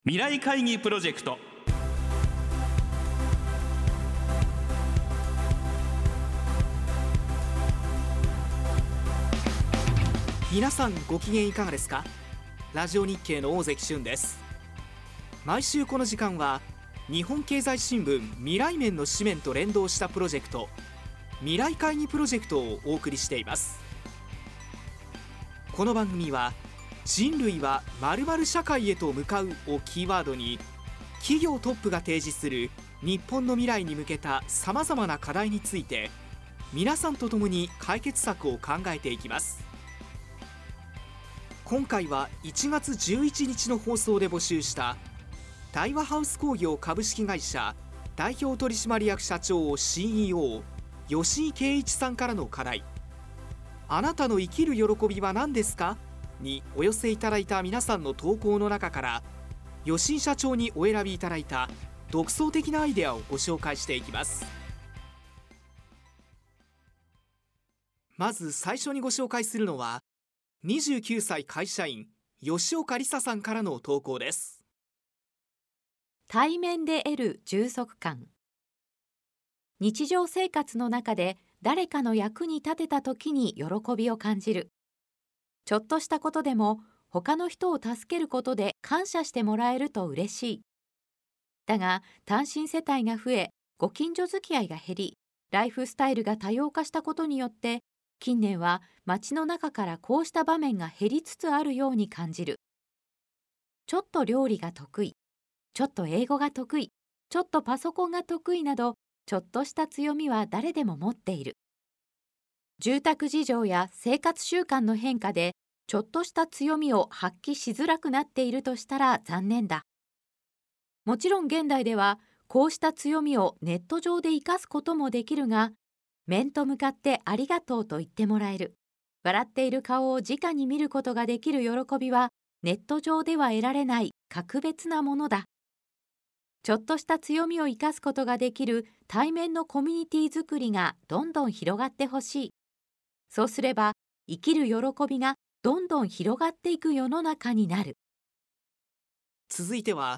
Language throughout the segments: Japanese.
未来会議プロジェクト。 皆さんご機嫌いかがですか？ラジオ日経の大関俊です。毎週この時間は日本経済新聞未来面の紙面と連動したプロジェクト、未来会議プロジェクトをお送りしています。この番組は人類は〇〇社会へと向かうをキーワードに、企業トップが提示する日本の未来に向けたさまざまな課題について、皆さんと共に解決策を考えていきます。今回は1月11日の放送で募集した大和ハウス工業株式会社代表取締役社長 CEO 吉井圭一さんからの課題、あなたの生きる喜びは何ですかにお寄せいただいた皆さんの投稿の中から、吉井社長にお選びいただいた独創的なアイデアをご紹介していきます。まず最初にご紹介するのは29歳会社員吉岡里沙さんからの投稿です。 対面で得る充足感。日常生活の中で誰かの役に立てた時に喜びを感じる。ちょっとしたことでも他の人を助けることで感謝してもらえると嬉しい。だが単身世帯が増え、ご近所付き合いが減り、ライフスタイルが多様化したことによって近年は街の中からこうした場面が減りつつあるように感じる。ちょっと料理が得意、ちょっと英語が得意、ちょっとパソコンが得意など、ちょっとした強みは誰でも持っている。住宅事情や生活習慣の変化でちょっとした強みを発揮しづらくなっているとしたら残念だ。もちろん現代ではこうした強みをネット上で生かすこともできるが、面と向かってありがとうと言ってもらえる、笑っている顔を直に見ることができる喜びはネット上では得られない格別なものだ。ちょっとした強みを生かすことができる対面のコミュニティ作りがどんどん広がってほしい。そうすれば生きる喜びがどんどん広がっていく世の中になる。 続いては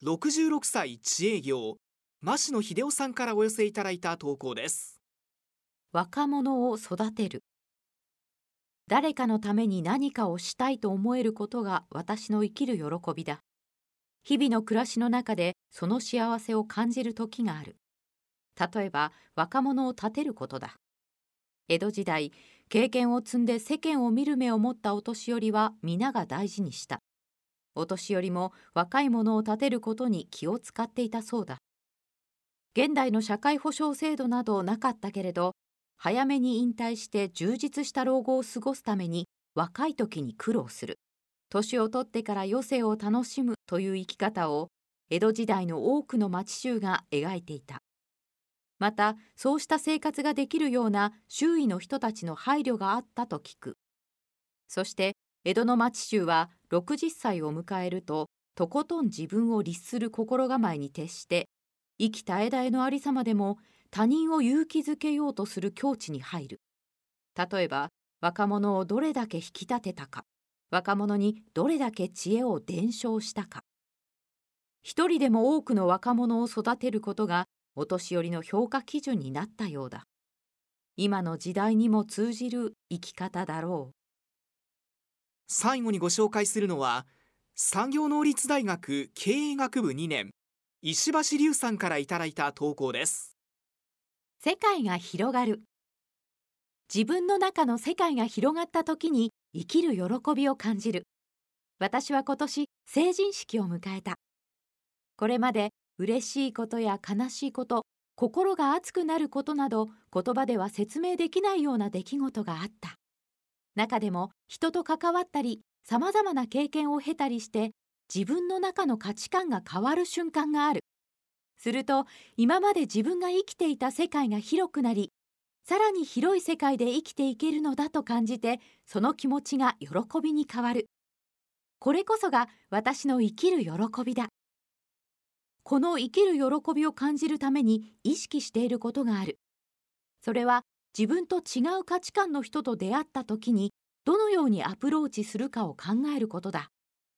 66歳自営業増野秀夫さんからお寄せいただいた投稿です。 若者を育てる。誰かのために何かをしたいと思えることが私の生きる喜びだ。日々の暮らしの中でその幸せを感じる時がある。例えば若者を立てることだ。江戸時代、経験を積んで世間を見る目を持ったお年寄りは皆が大事にした。お年寄りも若い者を立てることに気を使っていたそうだ。現代の社会保障制度などなかったけれど、早めに引退して充実した老後を過ごすために若い時に苦労する。年を取ってから余生を楽しむという生き方を江戸時代の多くの町衆が描いていた。また、そうした生活ができるような周囲の人たちの配慮があったと聞く。そして、江戸の町衆は60歳を迎えると、とことん自分を律する心構えに徹して、生きた枝へのありさまでも他人を勇気づけようとする境地に入る。例えば、若者をどれだけ引き立てたか、若者にどれだけ知恵を伝承したか。一人でも多くの若者を育てることが、お年寄りの評価基準になったようだ。今の時代にも通じる生き方だろう。 最後にご紹介するのは産業能率大学経営学部2年石橋龍さんからいただいた投稿です。 世界が広がる。自分の中の世界が広がった時に生きる喜びを感じる。私は今年成人式を迎えた。これまで嬉しいことや悲しいこと、心が熱くなることなど、言葉では説明できないような出来事があった。中でも人と関わったり、様々な経験を経たりして、自分の中の価値観が変わる瞬間がある。すると、今まで自分が生きていた世界が広くなり、さらに広い世界で生きていけるのだと感じて、その気持ちが喜びに変わる。これこそが私の生きる喜びだ。この生きる喜びを感じるために意識していることがある。それは自分と違う価値観の人と出会った時にどのようにアプローチするかを考えることだ。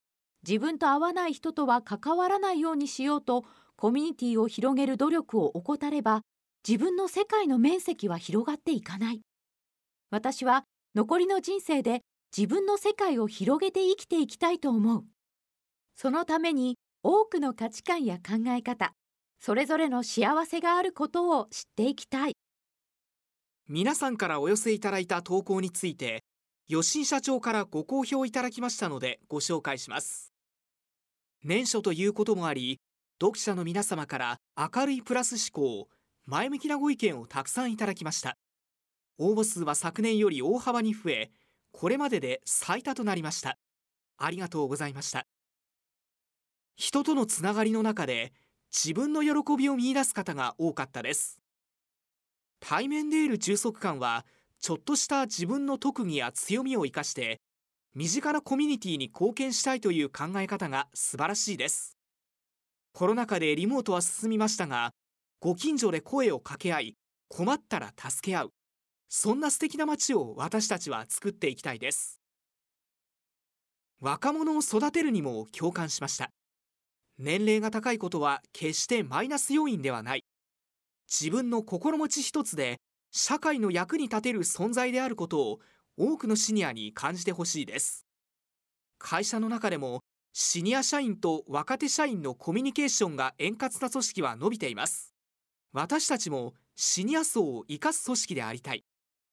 自分と合わない人とは関わらないようにしようとコミュニティを広げる努力を怠れば、自分の世界の面積は広がっていかない。私は残りの人生で自分の世界を広げて生きていきたいと思う。そのために多くの価値観や考え方、それぞれの幸せがあることを知っていきたい。 皆さんからお寄せいただいた投稿について、吉井社長からご好評いただきましたのでご紹介します。年初ということもあり、読者の皆様から明るいプラス思考、前向きなご意見をたくさんいただきました。応募数は昨年より大幅に増え、これまでで最多となりました。ありがとうございました。人とのつながりの中で自分の喜びを見出す方が多かったです。対面で得る充足感は、ちょっとした自分の特技や強みを生かして身近なコミュニティに貢献したいという考え方が素晴らしいです。コロナ禍でリモートは進みましたが、ご近所で声を掛け合い、困ったら助け合う、そんな素敵な街を私たちは作っていきたいです。若者を育てるにも共感しました。年齢が高いことは決してマイナス要因ではない。自分の心持ち一つで社会の役に立てる存在であることを多くのシニアに感じてほしいです。会社の中でもシニア社員と若手社員のコミュニケーションが円滑な組織は伸びています。私たちもシニア層を生かす組織でありたい。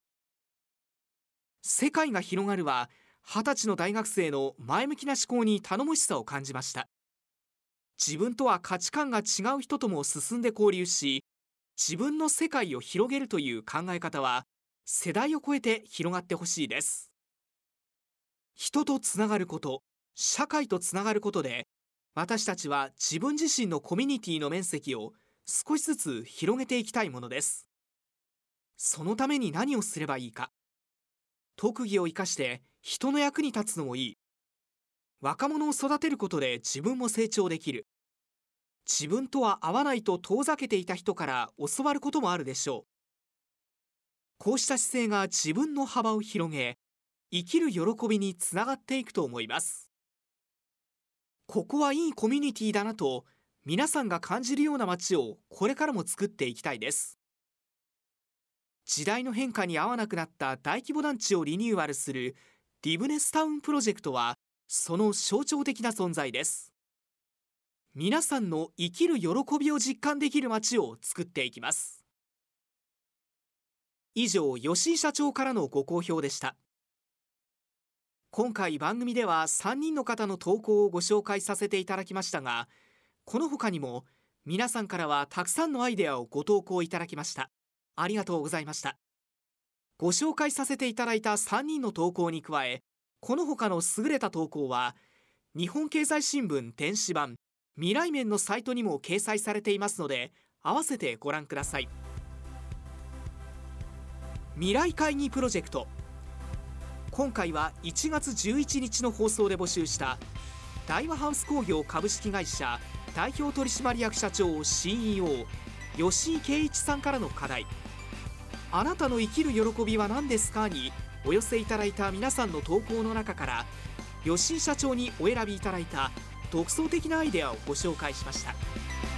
世界が広がるは、20歳の大学生の前向きな思考に頼もしさを感じました。自分とは価値観が違う人とも進んで交流し、自分の世界を広げるという考え方は世代を超えて広がってほしいです。人とつながること、社会とつながることで、私たちは自分自身のコミュニティの面積を少しずつ広げていきたいものです。そのために何をすればいいか。特技を生かして人の役に立つのもいい。若者を育てることで自分も成長できる。自分とは合わないと遠ざけていた人から教わることもあるでしょう。こうした姿勢が自分の幅を広げ、生きる喜びにつながっていくと思います。ここはいいコミュニティだなと皆さんが感じるような街をこれからも作っていきたいです。時代の変化に合わなくなった大規模団地をリニューアルするリブネスタウンプロジェクトはその象徴的な存在です。皆さんの生きる喜びを実感できる街を作っていきます。以上、吉井社長からのご好評でした。今回番組では3人の方の投稿をご紹介させていただきましたが、この他にも皆さんからはたくさんのアイデアをご投稿いただきました。ありがとうございました。ご紹介させていただいた3人の投稿に加え、この他の優れた投稿は日本経済新聞電子版未来面のサイトにも掲載されていますので、合わせてご覧ください。未来会議プロジェクト、今回は1月11日の放送で募集した大和ハウス工業株式会社代表取締役社長 CEO 吉井圭一さんからの課題、あなたの生きる喜びは何ですかにお寄せいただいた皆さんの投稿の中から、吉井社長にお選びいただいた独創的なアイデアをご紹介しました。